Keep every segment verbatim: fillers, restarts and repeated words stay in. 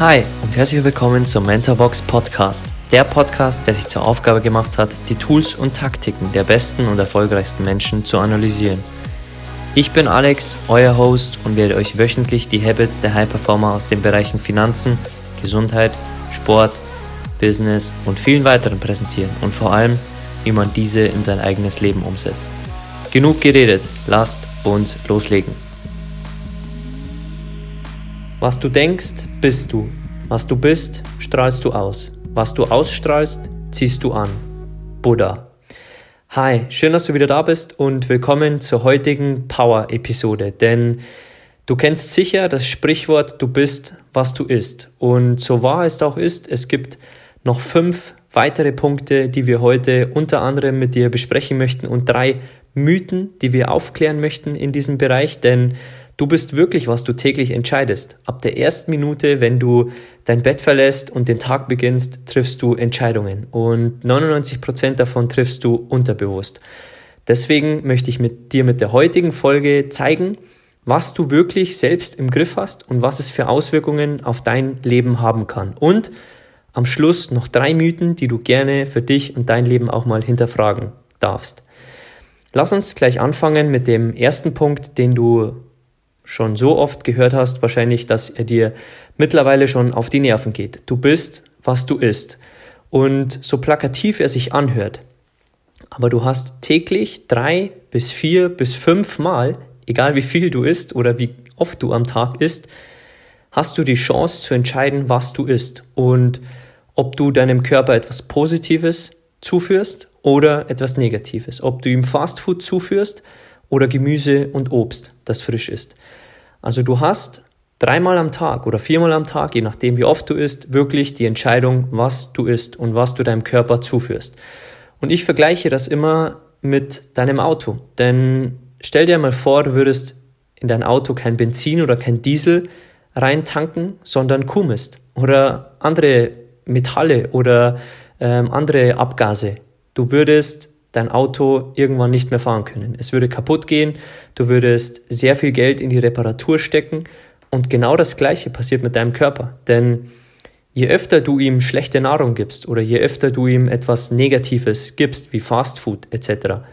Hi und herzlich willkommen zum Mentorbox Podcast, der Podcast, der sich zur Aufgabe gemacht hat, die Tools und Taktiken der besten und erfolgreichsten Menschen zu analysieren. Ich bin Alex, euer Host und werde euch wöchentlich die Habits der High-Performer aus den Bereichen Finanzen, Gesundheit, Sport, Business und vielen weiteren präsentieren und vor allem, wie man diese in sein eigenes Leben umsetzt. Genug geredet, lasst uns loslegen. Was du denkst, bist du. Was du bist, strahlst du aus. Was du ausstrahlst, ziehst du an. Buddha. Hi, schön, dass du wieder da bist und willkommen zur heutigen Power-Episode. Denn du kennst sicher das Sprichwort, du bist, was du isst. Und so wahr es auch ist, es gibt noch fünf weitere Punkte, die wir heute unter anderem mit dir besprechen möchten und drei Mythen, die wir aufklären möchten in diesem Bereich, denn du bist wirklich, was du täglich entscheidest. Ab der ersten Minute, wenn du dein Bett verlässt und den Tag beginnst, triffst du Entscheidungen und neunundneunzig Prozent davon triffst du unterbewusst. Deswegen möchte ich mit dir mit der heutigen Folge zeigen, was du wirklich selbst im Griff hast und was es für Auswirkungen auf dein Leben haben kann. Und am Schluss noch drei Mythen, die du gerne für dich und dein Leben auch mal hinterfragen darfst. Lass uns gleich anfangen mit dem ersten Punkt, den du schon so oft gehört hast, wahrscheinlich, dass er dir mittlerweile schon auf die Nerven geht. Du bist, was du isst. Und so plakativ er sich anhört, aber du hast täglich drei bis vier bis fünf Mal, egal wie viel du isst oder wie oft du am Tag isst, hast du die Chance zu entscheiden, was du isst und ob du deinem Körper etwas Positives zuführst oder etwas Negatives. Ob du ihm Fastfood zuführst oder Gemüse und Obst, das frisch ist. Also du hast dreimal am Tag oder viermal am Tag, je nachdem wie oft du isst, wirklich die Entscheidung, was du isst und was du deinem Körper zuführst. Und ich vergleiche das immer mit deinem Auto. Denn stell dir mal vor, du würdest in dein Auto kein Benzin oder kein Diesel reintanken, sondern Kuhmist oder andere Metalle oder ähm, andere Abgase. Du würdest dein Auto irgendwann nicht mehr fahren können. Es würde kaputt gehen, du würdest sehr viel Geld in die Reparatur stecken und genau das Gleiche passiert mit deinem Körper. Denn je öfter du ihm schlechte Nahrung gibst oder je öfter du ihm etwas Negatives gibst, wie Fastfood et cetera,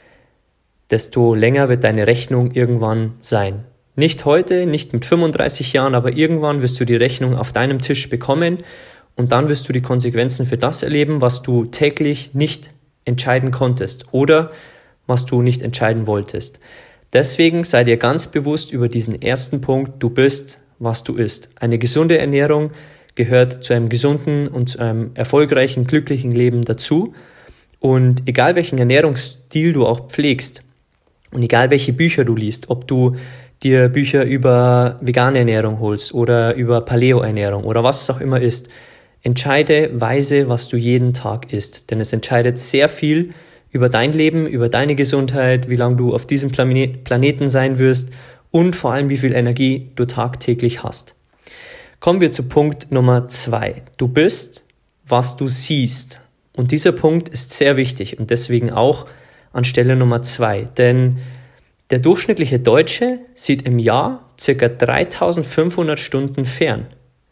desto länger wird deine Rechnung irgendwann sein. Nicht heute, nicht mit fünfunddreißig Jahren, aber irgendwann wirst du die Rechnung auf deinem Tisch bekommen und dann wirst du die Konsequenzen für das erleben, was du täglich nicht entscheiden konntest oder was du nicht entscheiden wolltest. Deswegen sei dir ganz bewusst über diesen ersten Punkt, du bist, was du isst. Eine gesunde Ernährung gehört zu einem gesunden und zu einem erfolgreichen, glücklichen Leben dazu. Und egal welchen Ernährungsstil du auch pflegst und egal welche Bücher du liest, ob du dir Bücher über vegane Ernährung holst oder über Paleo-Ernährung oder was es auch immer ist, entscheide weise, was du jeden Tag isst, denn es entscheidet sehr viel über dein Leben, über deine Gesundheit, wie lange du auf diesem Planet- Planeten sein wirst und vor allem, wie viel Energie du tagtäglich hast. Kommen wir zu Punkt Nummer zwei. Du bist, was du siehst. Und dieser Punkt ist sehr wichtig und deswegen auch an Stelle Nummer zwei, denn der durchschnittliche Deutsche sieht im Jahr ca. dreitausendfünfhundert Stunden fern.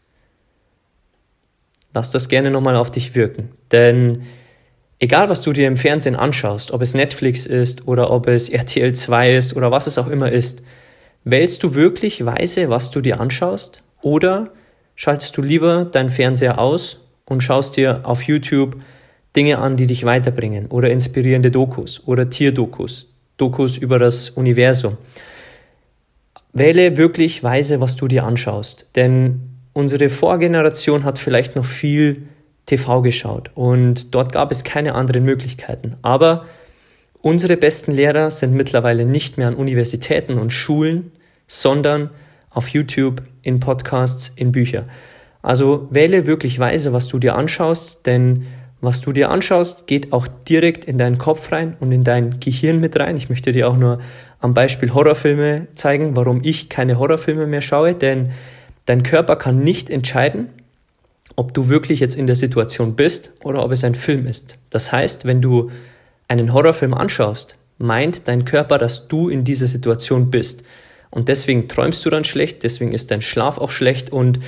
Lass das gerne nochmal auf dich wirken, denn egal was du dir im Fernsehen anschaust, ob es Netflix ist oder ob es R T L zwei ist oder was es auch immer ist, wählst du wirklich weise, was du dir anschaust oder schaltest du lieber deinen Fernseher aus und schaust dir auf YouTube Dinge an, die dich weiterbringen oder inspirierende Dokus oder Tierdokus, Dokus über das Universum. Wähle wirklich weise, was du dir anschaust, denn unsere Vorgeneration hat vielleicht noch viel T V geschaut und dort gab es keine anderen Möglichkeiten. Aber unsere besten Lehrer sind mittlerweile nicht mehr an Universitäten und Schulen, sondern auf YouTube, in Podcasts, in Büchern. Also wähle wirklich weise, was du dir anschaust, denn was du dir anschaust, geht auch direkt in deinen Kopf rein und in dein Gehirn mit rein. Ich möchte dir auch nur am Beispiel Horrorfilme zeigen, warum ich keine Horrorfilme mehr schaue, denn dein Körper kann nicht entscheiden, ob du wirklich jetzt in der Situation bist oder ob es ein Film ist. Das heißt, wenn du einen Horrorfilm anschaust, meint dein Körper, dass du in dieser Situation bist. Und deswegen träumst du dann schlecht, deswegen ist dein Schlaf auch schlecht und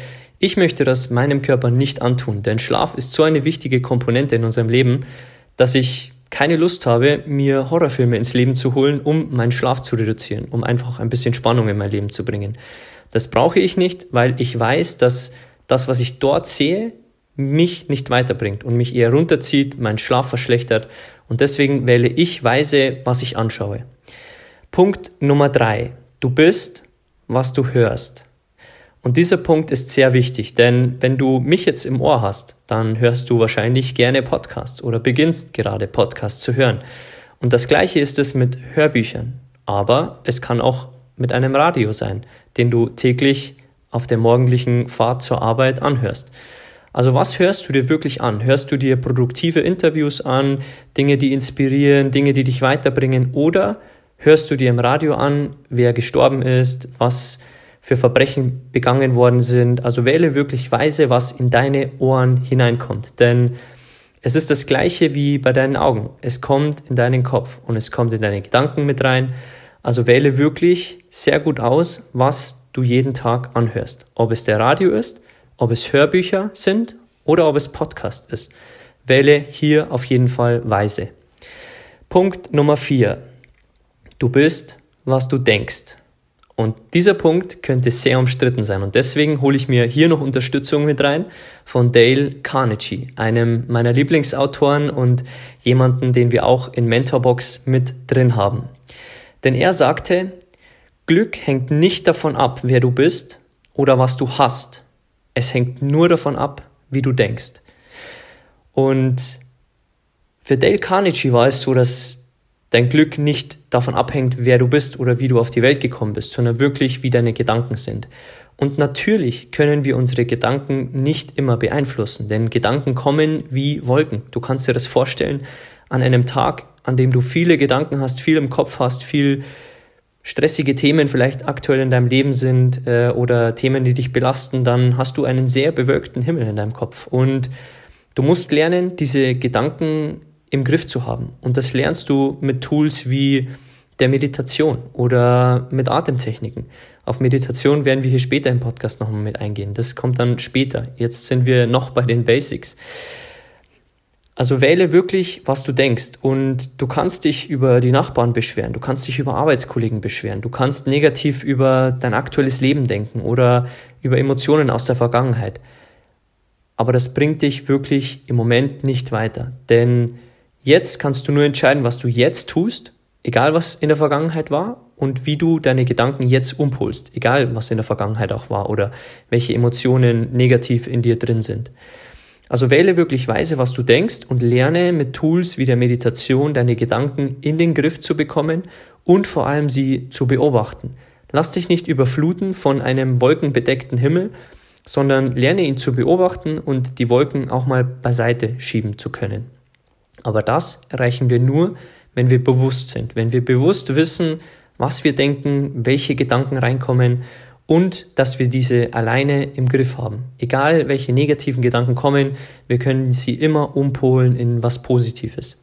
Ich möchte das meinem Körper nicht antun, denn Schlaf ist so eine wichtige Komponente in unserem Leben, dass ich keine Lust habe, mir Horrorfilme ins Leben zu holen, um meinen Schlaf zu reduzieren, um einfach ein bisschen Spannung in mein Leben zu bringen. Das brauche ich nicht, weil ich weiß, dass das, was ich dort sehe, mich nicht weiterbringt und mich eher runterzieht, meinen Schlaf verschlechtert, und deswegen wähle ich weise, was ich anschaue. Punkt Nummer drei. Du bist, was du hörst. Und dieser Punkt ist sehr wichtig, denn wenn du mich jetzt im Ohr hast, dann hörst du wahrscheinlich gerne Podcasts oder beginnst gerade Podcasts zu hören. Und das Gleiche ist es mit Hörbüchern. Aber es kann auch mit einem Radio sein, den du täglich auf der morgendlichen Fahrt zur Arbeit anhörst. Also was hörst du dir wirklich an? Hörst du dir produktive Interviews an, Dinge, die inspirieren, Dinge, die dich weiterbringen? Oder hörst du dir im Radio an, wer gestorben ist, was für Verbrechen begangen worden sind? Also wähle wirklich weise, was in deine Ohren hineinkommt. Denn es ist das Gleiche wie bei deinen Augen. Es kommt in deinen Kopf und es kommt in deine Gedanken mit rein. Also wähle wirklich sehr gut aus, was du jeden Tag anhörst. Ob es der Radio ist, ob es Hörbücher sind oder ob es Podcast ist. Wähle hier auf jeden Fall weise. Punkt Nummer vier. Du bist, was du denkst. Und dieser Punkt könnte sehr umstritten sein. Und deswegen hole ich mir hier noch Unterstützung mit rein von Dale Carnegie, einem meiner Lieblingsautoren und jemanden, den wir auch in Mentorbox mit drin haben. Denn er sagte, Glück hängt nicht davon ab, wer du bist oder was du hast. Es hängt nur davon ab, wie du denkst. Und für Dale Carnegie war es so, dass dein Glück nicht davon abhängt, wer du bist oder wie du auf die Welt gekommen bist, sondern wirklich, wie deine Gedanken sind. Und natürlich können wir unsere Gedanken nicht immer beeinflussen, denn Gedanken kommen wie Wolken. Du kannst dir das vorstellen, an einem Tag, an dem du viele Gedanken hast, viel im Kopf hast, viel stressige Themen vielleicht aktuell in deinem Leben sind äh, oder Themen, die dich belasten, dann hast du einen sehr bewölkten Himmel in deinem Kopf. Und du musst lernen, diese Gedanken im Griff zu haben. Und das lernst du mit Tools wie der Meditation oder mit Atemtechniken. Auf Meditation werden wir hier später im Podcast nochmal mit eingehen. Das kommt dann später. Jetzt sind wir noch bei den Basics. Also wähle wirklich, was du denkst, und du kannst dich über die Nachbarn beschweren, du kannst dich über Arbeitskollegen beschweren, du kannst negativ über dein aktuelles Leben denken oder über Emotionen aus der Vergangenheit. Aber das bringt dich wirklich im Moment nicht weiter, denn jetzt kannst du nur entscheiden, was du jetzt tust, egal was in der Vergangenheit war, und wie du deine Gedanken jetzt umpolst, egal was in der Vergangenheit auch war oder welche Emotionen negativ in dir drin sind. Also wähle wirklich weise, was du denkst, und lerne mit Tools wie der Meditation deine Gedanken in den Griff zu bekommen und vor allem sie zu beobachten. Lass dich nicht überfluten von einem wolkenbedeckten Himmel, sondern lerne ihn zu beobachten und die Wolken auch mal beiseite schieben zu können. Aber das erreichen wir nur, wenn wir bewusst sind, wenn wir bewusst wissen, was wir denken, welche Gedanken reinkommen, und dass wir diese alleine im Griff haben. Egal welche negativen Gedanken kommen, wir können sie immer umpolen in was Positives.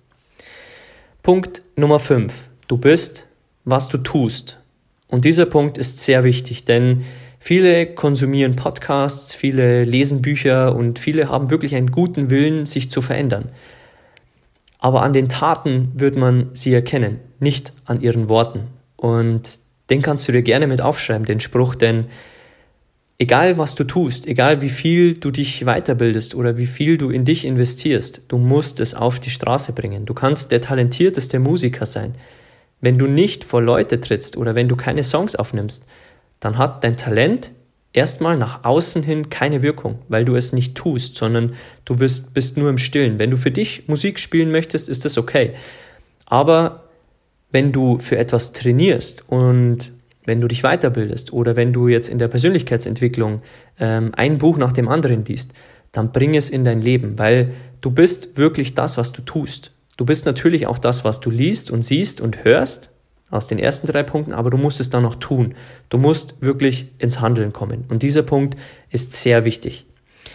Punkt Nummer fünf. Du bist, was du tust. Und dieser Punkt ist sehr wichtig, denn viele konsumieren Podcasts, viele lesen Bücher und viele haben wirklich einen guten Willen, sich zu verändern. Aber an den Taten wird man sie erkennen, nicht an ihren Worten. Und den kannst du dir gerne mit aufschreiben, den Spruch, denn egal was du tust, egal wie viel du dich weiterbildest oder wie viel du in dich investierst, du musst es auf die Straße bringen. Du kannst der talentierteste Musiker sein. Wenn du nicht vor Leute trittst oder wenn du keine Songs aufnimmst, dann hat dein Talent erstmal nach außen hin keine Wirkung, weil du es nicht tust, sondern du bist, bist nur im Stillen. Wenn du für dich Musik spielen möchtest, ist das okay. Aber wenn du für etwas trainierst und wenn du dich weiterbildest oder wenn du jetzt in der Persönlichkeitsentwicklung ähm, ein Buch nach dem anderen liest, dann bring es in dein Leben, weil du bist wirklich das, was du tust. Du bist natürlich auch das, was du liest und siehst und hörst aus den ersten drei Punkten, aber du musst es dann noch tun. Du musst wirklich ins Handeln kommen. Und dieser Punkt ist sehr wichtig.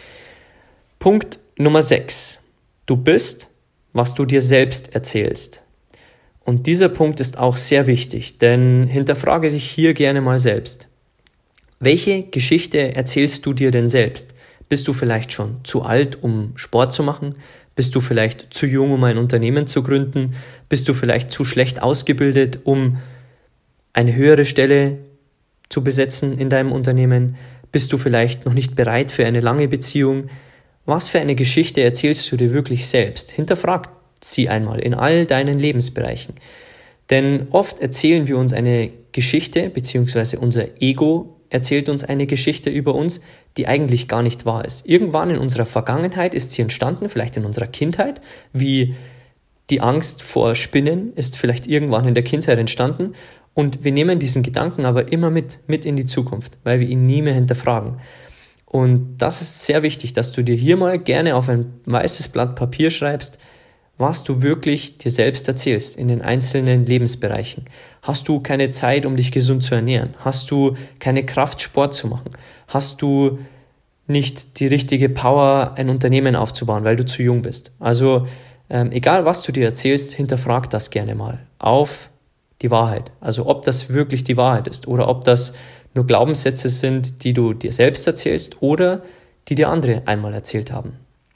Punkt Nummer sechs. Du bist, was du dir selbst erzählst. Und dieser Punkt ist auch sehr wichtig, denn hinterfrage dich hier gerne mal selbst. Welche Geschichte erzählst du dir denn selbst? Bist du vielleicht schon zu alt, um Sport zu machen? Bist du vielleicht zu jung, um ein Unternehmen zu gründen? Bist du vielleicht zu schlecht ausgebildet, um eine höhere Stelle zu besetzen in deinem Unternehmen? Bist du vielleicht noch nicht bereit für eine lange Beziehung? Was für eine Geschichte erzählst du dir wirklich selbst? Hinterfrag sie einmal in all deinen Lebensbereichen. Denn oft erzählen wir uns eine Geschichte, beziehungsweise unser Ego erzählt uns eine Geschichte über uns, die eigentlich gar nicht wahr ist. Irgendwann in unserer Vergangenheit ist sie entstanden, vielleicht in unserer Kindheit, wie die Angst vor Spinnen ist vielleicht irgendwann in der Kindheit entstanden und wir nehmen diesen Gedanken aber immer mit, mit in die Zukunft, weil wir ihn nie mehr hinterfragen. Und das ist sehr wichtig, dass du dir hier mal gerne auf ein weißes Blatt Papier schreibst, was du wirklich dir selbst erzählst in den einzelnen Lebensbereichen. Hast du keine Zeit, um dich gesund zu ernähren? Hast du keine Kraft, Sport zu machen? Hast du nicht die richtige Power, ein Unternehmen aufzubauen, weil du zu jung bist? Also ähm, egal, was du dir erzählst, hinterfrag das gerne mal auf die Wahrheit. Also ob das wirklich die Wahrheit ist oder ob das nur Glaubenssätze sind, die du dir selbst erzählst oder die dir andere einmal erzählt haben.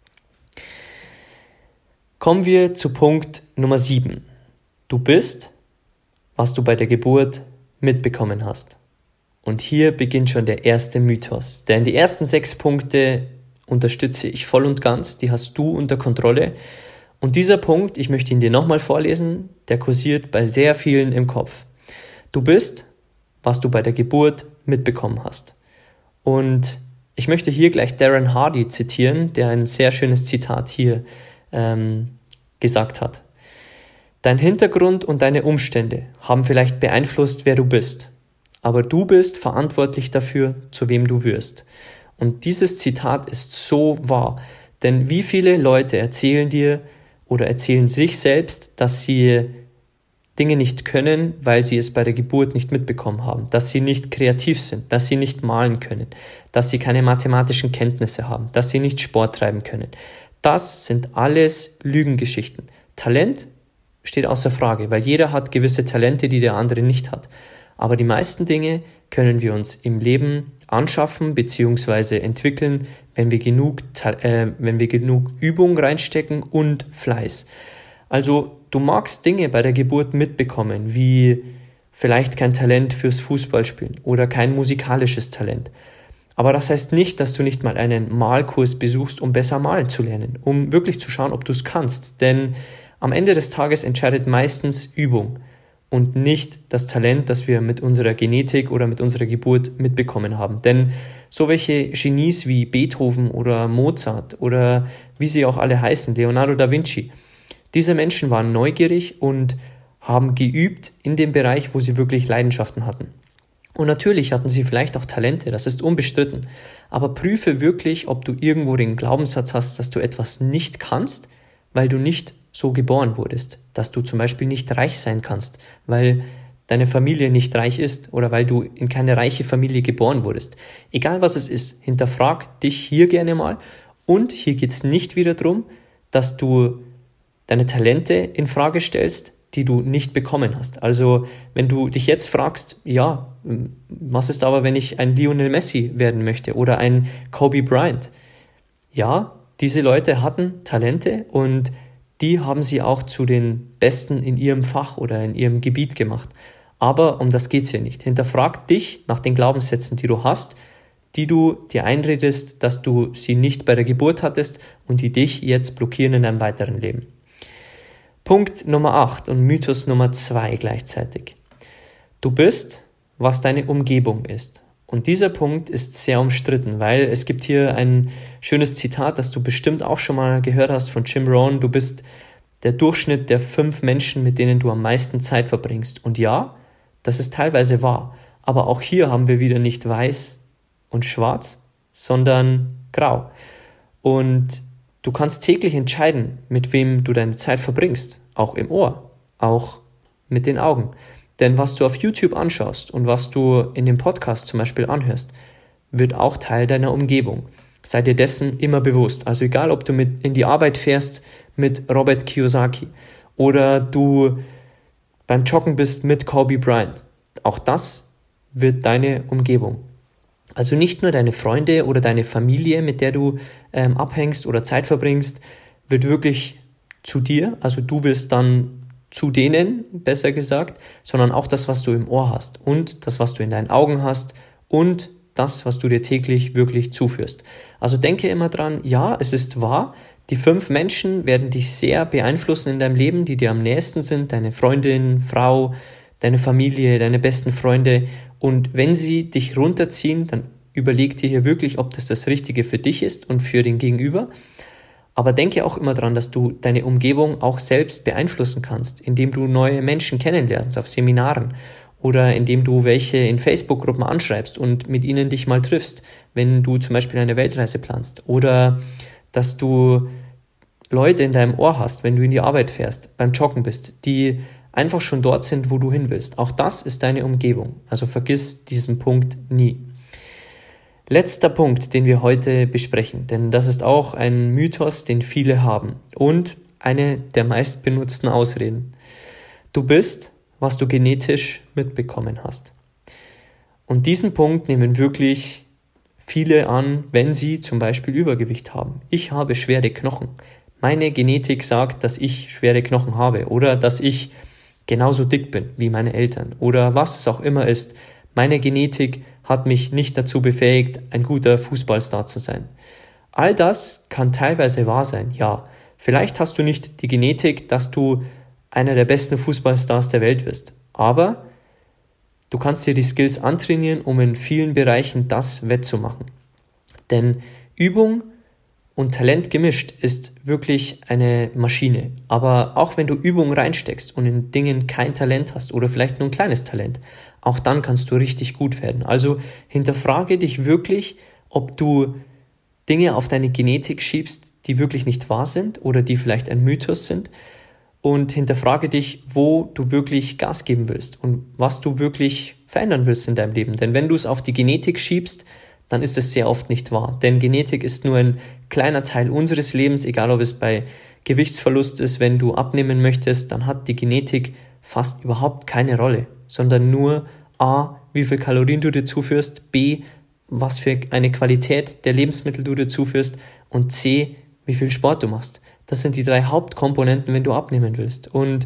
Kommen wir zu Punkt Nummer sieben. Du bist, was du bei der Geburt mitbekommen hast. Und hier beginnt schon der erste Mythos. Denn die ersten sechs Punkte unterstütze ich voll und ganz, die hast du unter Kontrolle. Und dieser Punkt, ich möchte ihn dir nochmal vorlesen, der kursiert bei sehr vielen im Kopf. Du bist, was du bei der Geburt mitbekommen hast. Und ich möchte hier gleich Darren Hardy zitieren, der ein sehr schönes Zitat hier ähm, gesagt hat. Dein Hintergrund und deine Umstände haben vielleicht beeinflusst, wer du bist. Aber du bist verantwortlich dafür, zu wem du wirst. Und dieses Zitat ist so wahr. Denn wie viele Leute erzählen dir oder erzählen sich selbst, dass sie Dinge nicht können, weil sie es bei der Geburt nicht mitbekommen haben, dass sie nicht kreativ sind, dass sie nicht malen können, dass sie keine mathematischen Kenntnisse haben, dass sie nicht Sport treiben können. Das sind alles Lügengeschichten. Talent steht außer Frage, weil jeder hat gewisse Talente, die der andere nicht hat. Aber die meisten Dinge können wir uns im Leben anschaffen bzw. entwickeln, wenn wir genug, äh, wenn wir genug Übung reinstecken und Fleiß. Also du magst Dinge bei der Geburt mitbekommen, wie vielleicht kein Talent fürs Fußballspielen oder kein musikalisches Talent. Aber das heißt nicht, dass du nicht mal einen Malkurs besuchst, um besser malen zu lernen, um wirklich zu schauen, ob du es kannst. Denn am Ende des Tages entscheidet meistens Übung und nicht das Talent, das wir mit unserer Genetik oder mit unserer Geburt mitbekommen haben. Denn so welche Genies wie Beethoven oder Mozart oder wie sie auch alle heißen, Leonardo da Vinci, diese Menschen waren neugierig und haben geübt in dem Bereich, wo sie wirklich Leidenschaften hatten. Und natürlich hatten sie vielleicht auch Talente, das ist unbestritten. Aber prüfe wirklich, ob du irgendwo den Glaubenssatz hast, dass du etwas nicht kannst, weil du nicht so geboren wurdest. Dass du zum Beispiel nicht reich sein kannst, weil deine Familie nicht reich ist oder weil du in keine reiche Familie geboren wurdest. Egal was es ist, hinterfrag dich hier gerne mal. Und hier geht es nicht wieder darum, dass du deine Talente in Frage stellst, die du nicht bekommen hast. Also wenn du dich jetzt fragst, ja, was ist aber, wenn ich ein Lionel Messi werden möchte oder ein Kobe Bryant? Ja, diese Leute hatten Talente und die haben sie auch zu den Besten in ihrem Fach oder in ihrem Gebiet gemacht. Aber um das geht es hier nicht. Hinterfrag dich nach den Glaubenssätzen, die du hast, die du dir einredest, dass du sie nicht bei der Geburt hattest und die dich jetzt blockieren in deinem weiteren Leben. Punkt Nummer acht und Mythos Nummer zwei gleichzeitig. Du bist, was deine Umgebung ist. Und dieser Punkt ist sehr umstritten, weil es gibt hier ein schönes Zitat, das du bestimmt auch schon mal gehört hast von Jim Rohn. Du bist der Durchschnitt der fünf Menschen, mit denen du am meisten Zeit verbringst. Und ja, das ist teilweise wahr. Aber auch hier haben wir wieder nicht weiß und schwarz, sondern grau. Und du kannst täglich entscheiden, mit wem du deine Zeit verbringst. Auch im Ohr, auch mit den Augen. Denn was du auf YouTube anschaust und was du in dem Podcast zum Beispiel anhörst, wird auch Teil deiner Umgebung. Sei dir dessen immer bewusst. Also egal, ob du mit in die Arbeit fährst mit Robert Kiyosaki oder du beim Joggen bist mit Kobe Bryant. Auch das wird deine Umgebung. Also nicht nur deine Freunde oder deine Familie, mit der du ähm, abhängst oder Zeit verbringst, wird wirklich zu dir, also du wirst dann zu denen, besser gesagt, sondern auch das, was du im Ohr hast und das, was du in deinen Augen hast und das, was du dir täglich wirklich zuführst. Also denke immer dran, ja, es ist wahr, die fünf Menschen werden dich sehr beeinflussen in deinem Leben, die dir am nächsten sind, deine Freundin, Frau, deine Familie, deine besten Freunde. Und wenn sie dich runterziehen, dann überleg dir hier wirklich, ob das das Richtige für dich ist und für den Gegenüber. Aber denke auch immer dran, dass du deine Umgebung auch selbst beeinflussen kannst, indem du neue Menschen kennenlernst auf Seminaren oder indem du welche in Facebook-Gruppen anschreibst und mit ihnen dich mal triffst, wenn du zum Beispiel eine Weltreise planst. Oder dass du Leute in deinem Ohr hast, wenn du in die Arbeit fährst, beim Joggen bist, die einfach schon dort sind, wo du hin willst. Auch das ist deine Umgebung. Also vergiss diesen Punkt nie. Letzter Punkt, den wir heute besprechen, denn das ist auch ein Mythos, den viele haben und eine der meistbenutzten Ausreden. Du bist, was du genetisch mitbekommen hast. Und diesen Punkt nehmen wirklich viele an, wenn sie zum Beispiel Übergewicht haben. Ich habe schwere Knochen. Meine Genetik sagt, dass ich schwere Knochen habe oder dass ich genauso dick bin wie meine Eltern oder was es auch immer ist. Meine Genetik hat mich nicht dazu befähigt, ein guter Fußballstar zu sein. All das kann teilweise wahr sein, ja. Vielleicht hast du nicht die Genetik, dass du einer der besten Fußballstars der Welt wirst. Aber du kannst dir die Skills antrainieren, um in vielen Bereichen das wettzumachen. Denn Übung und Talent gemischt ist wirklich eine Maschine. Aber auch wenn du Übung reinsteckst und in Dingen kein Talent hast oder vielleicht nur ein kleines Talent, auch dann kannst du richtig gut werden. Also hinterfrage dich wirklich, ob du Dinge auf deine Genetik schiebst, die wirklich nicht wahr sind oder die vielleicht ein Mythos sind. Und hinterfrage dich, wo du wirklich Gas geben willst und was du wirklich verändern willst in deinem Leben. Denn wenn du es auf die Genetik schiebst, dann ist es sehr oft nicht wahr. Denn Genetik ist nur ein kleiner Teil unseres Lebens, egal ob es bei Gewichtsverlust ist, wenn du abnehmen möchtest, dann hat die Genetik fast überhaupt keine Rolle, sondern nur A, wie viel Kalorien du dir zuführst, B, was für eine Qualität der Lebensmittel du dir zuführst und C, wie viel Sport du machst. Das sind die drei Hauptkomponenten, wenn du abnehmen willst. Und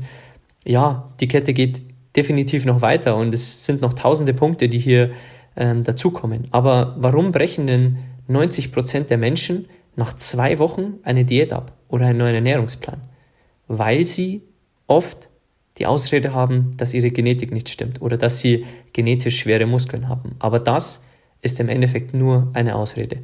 ja, die Kette geht definitiv noch weiter und es sind noch tausende Punkte, die hier ähm, dazukommen. Aber warum brechen denn neunzig Prozent der Menschen nach zwei Wochen eine Diät ab oder einen neuen Ernährungsplan? Weil sie oft die Ausrede haben, dass ihre Genetik nicht stimmt oder dass sie genetisch schwere Muskeln haben. Aber das ist im Endeffekt nur eine Ausrede.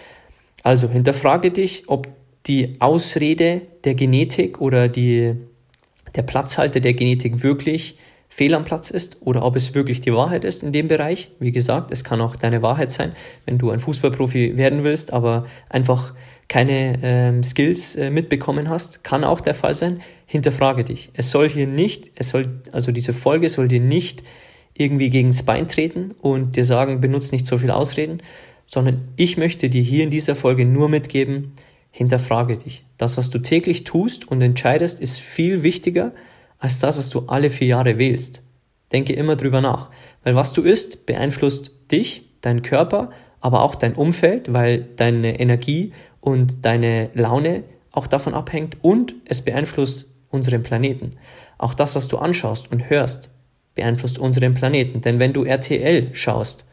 Also hinterfrage dich, ob die Ausrede der Genetik oder die, der Platzhalter der Genetik wirklich fehl am Platz ist oder ob es wirklich die Wahrheit ist in dem Bereich. Wie gesagt, es kann auch deine Wahrheit sein, wenn du ein Fußballprofi werden willst, aber einfach keine ähm, Skills äh, mitbekommen hast, kann auch der Fall sein. Hinterfrage dich. Es soll hier nicht, es soll, also diese Folge soll dir nicht irgendwie gegens Bein treten und dir sagen, benutze nicht so viel Ausreden, sondern ich möchte dir hier in dieser Folge nur mitgeben, hinterfrage dich. Das, was du täglich tust und entscheidest, ist viel wichtiger als das, was du alle vier Jahre wählst. Denke immer drüber nach, weil was du isst, beeinflusst dich, deinen Körper, aber auch dein Umfeld, weil deine Energie und deine Laune auch davon abhängt und es beeinflusst unseren Planeten. Auch das, was du anschaust und hörst, beeinflusst unseren Planeten. Denn wenn du R T L schaust,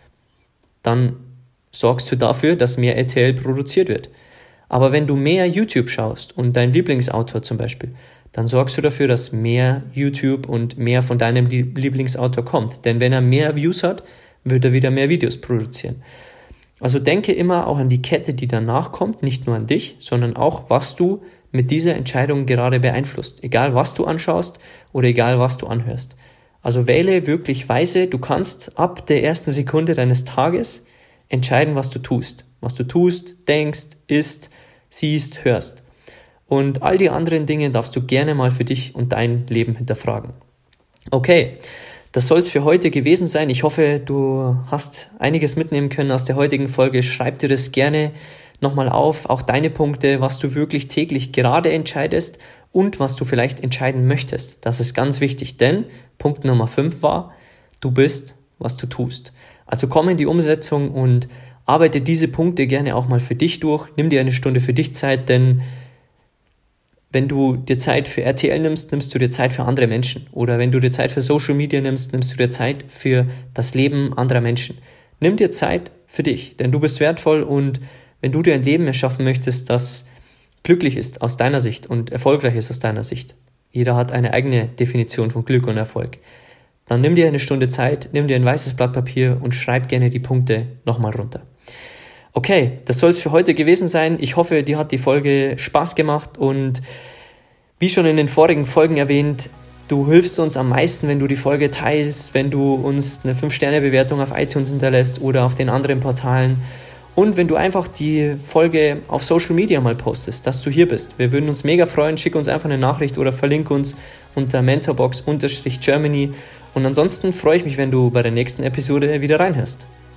dann sorgst du dafür, dass mehr R T L produziert wird. Aber wenn du mehr YouTube schaust und dein Lieblingsautor zum Beispiel, dann sorgst du dafür, dass mehr YouTube und mehr von deinem Lieblingsautor kommt. Denn wenn er mehr Views hat, wird er wieder mehr Videos produzieren. Also denke immer auch an die Kette, die danach kommt, nicht nur an dich, sondern auch, was du mit dieser Entscheidung gerade beeinflusst. Egal, was du anschaust oder egal, was du anhörst. Also wähle wirklich weise, du kannst ab der ersten Sekunde deines Tages entscheiden, was du tust. Was du tust, denkst, isst, siehst, hörst. Und all die anderen Dinge darfst du gerne mal für dich und dein Leben hinterfragen. Okay, das soll es für heute gewesen sein. Ich hoffe, du hast einiges mitnehmen können aus der heutigen Folge. Schreib dir das gerne nochmal auf, auch deine Punkte, was du wirklich täglich gerade entscheidest und was du vielleicht entscheiden möchtest. Das ist ganz wichtig, denn Punkt Nummer fünf war, du bist, was du tust. Also komm in die Umsetzung und arbeite diese Punkte gerne auch mal für dich durch. Nimm dir eine Stunde für dich Zeit, denn wenn du dir Zeit für R T L nimmst, nimmst du dir Zeit für andere Menschen. Oder wenn du dir Zeit für Social Media nimmst, nimmst du dir Zeit für das Leben anderer Menschen. Nimm dir Zeit für dich, denn du bist wertvoll und wenn du dir ein Leben erschaffen möchtest, das glücklich ist aus deiner Sicht und erfolgreich ist aus deiner Sicht, jeder hat eine eigene Definition von Glück und Erfolg, dann nimm dir eine Stunde Zeit, nimm dir ein weißes Blatt Papier und schreib gerne die Punkte nochmal runter. Okay, das soll es für heute gewesen sein. Ich hoffe, dir hat die Folge Spaß gemacht und wie schon in den vorigen Folgen erwähnt, du hilfst uns am meisten, wenn du die Folge teilst, wenn du uns eine fünf Sterne Bewertung auf iTunes hinterlässt oder auf den anderen Portalen und wenn du einfach die Folge auf Social Media mal postest, dass du hier bist. Wir würden uns mega freuen. Schick uns einfach eine Nachricht oder verlink uns unter mentorbox Germany und ansonsten freue ich mich, wenn du bei der nächsten Episode wieder reinhörst.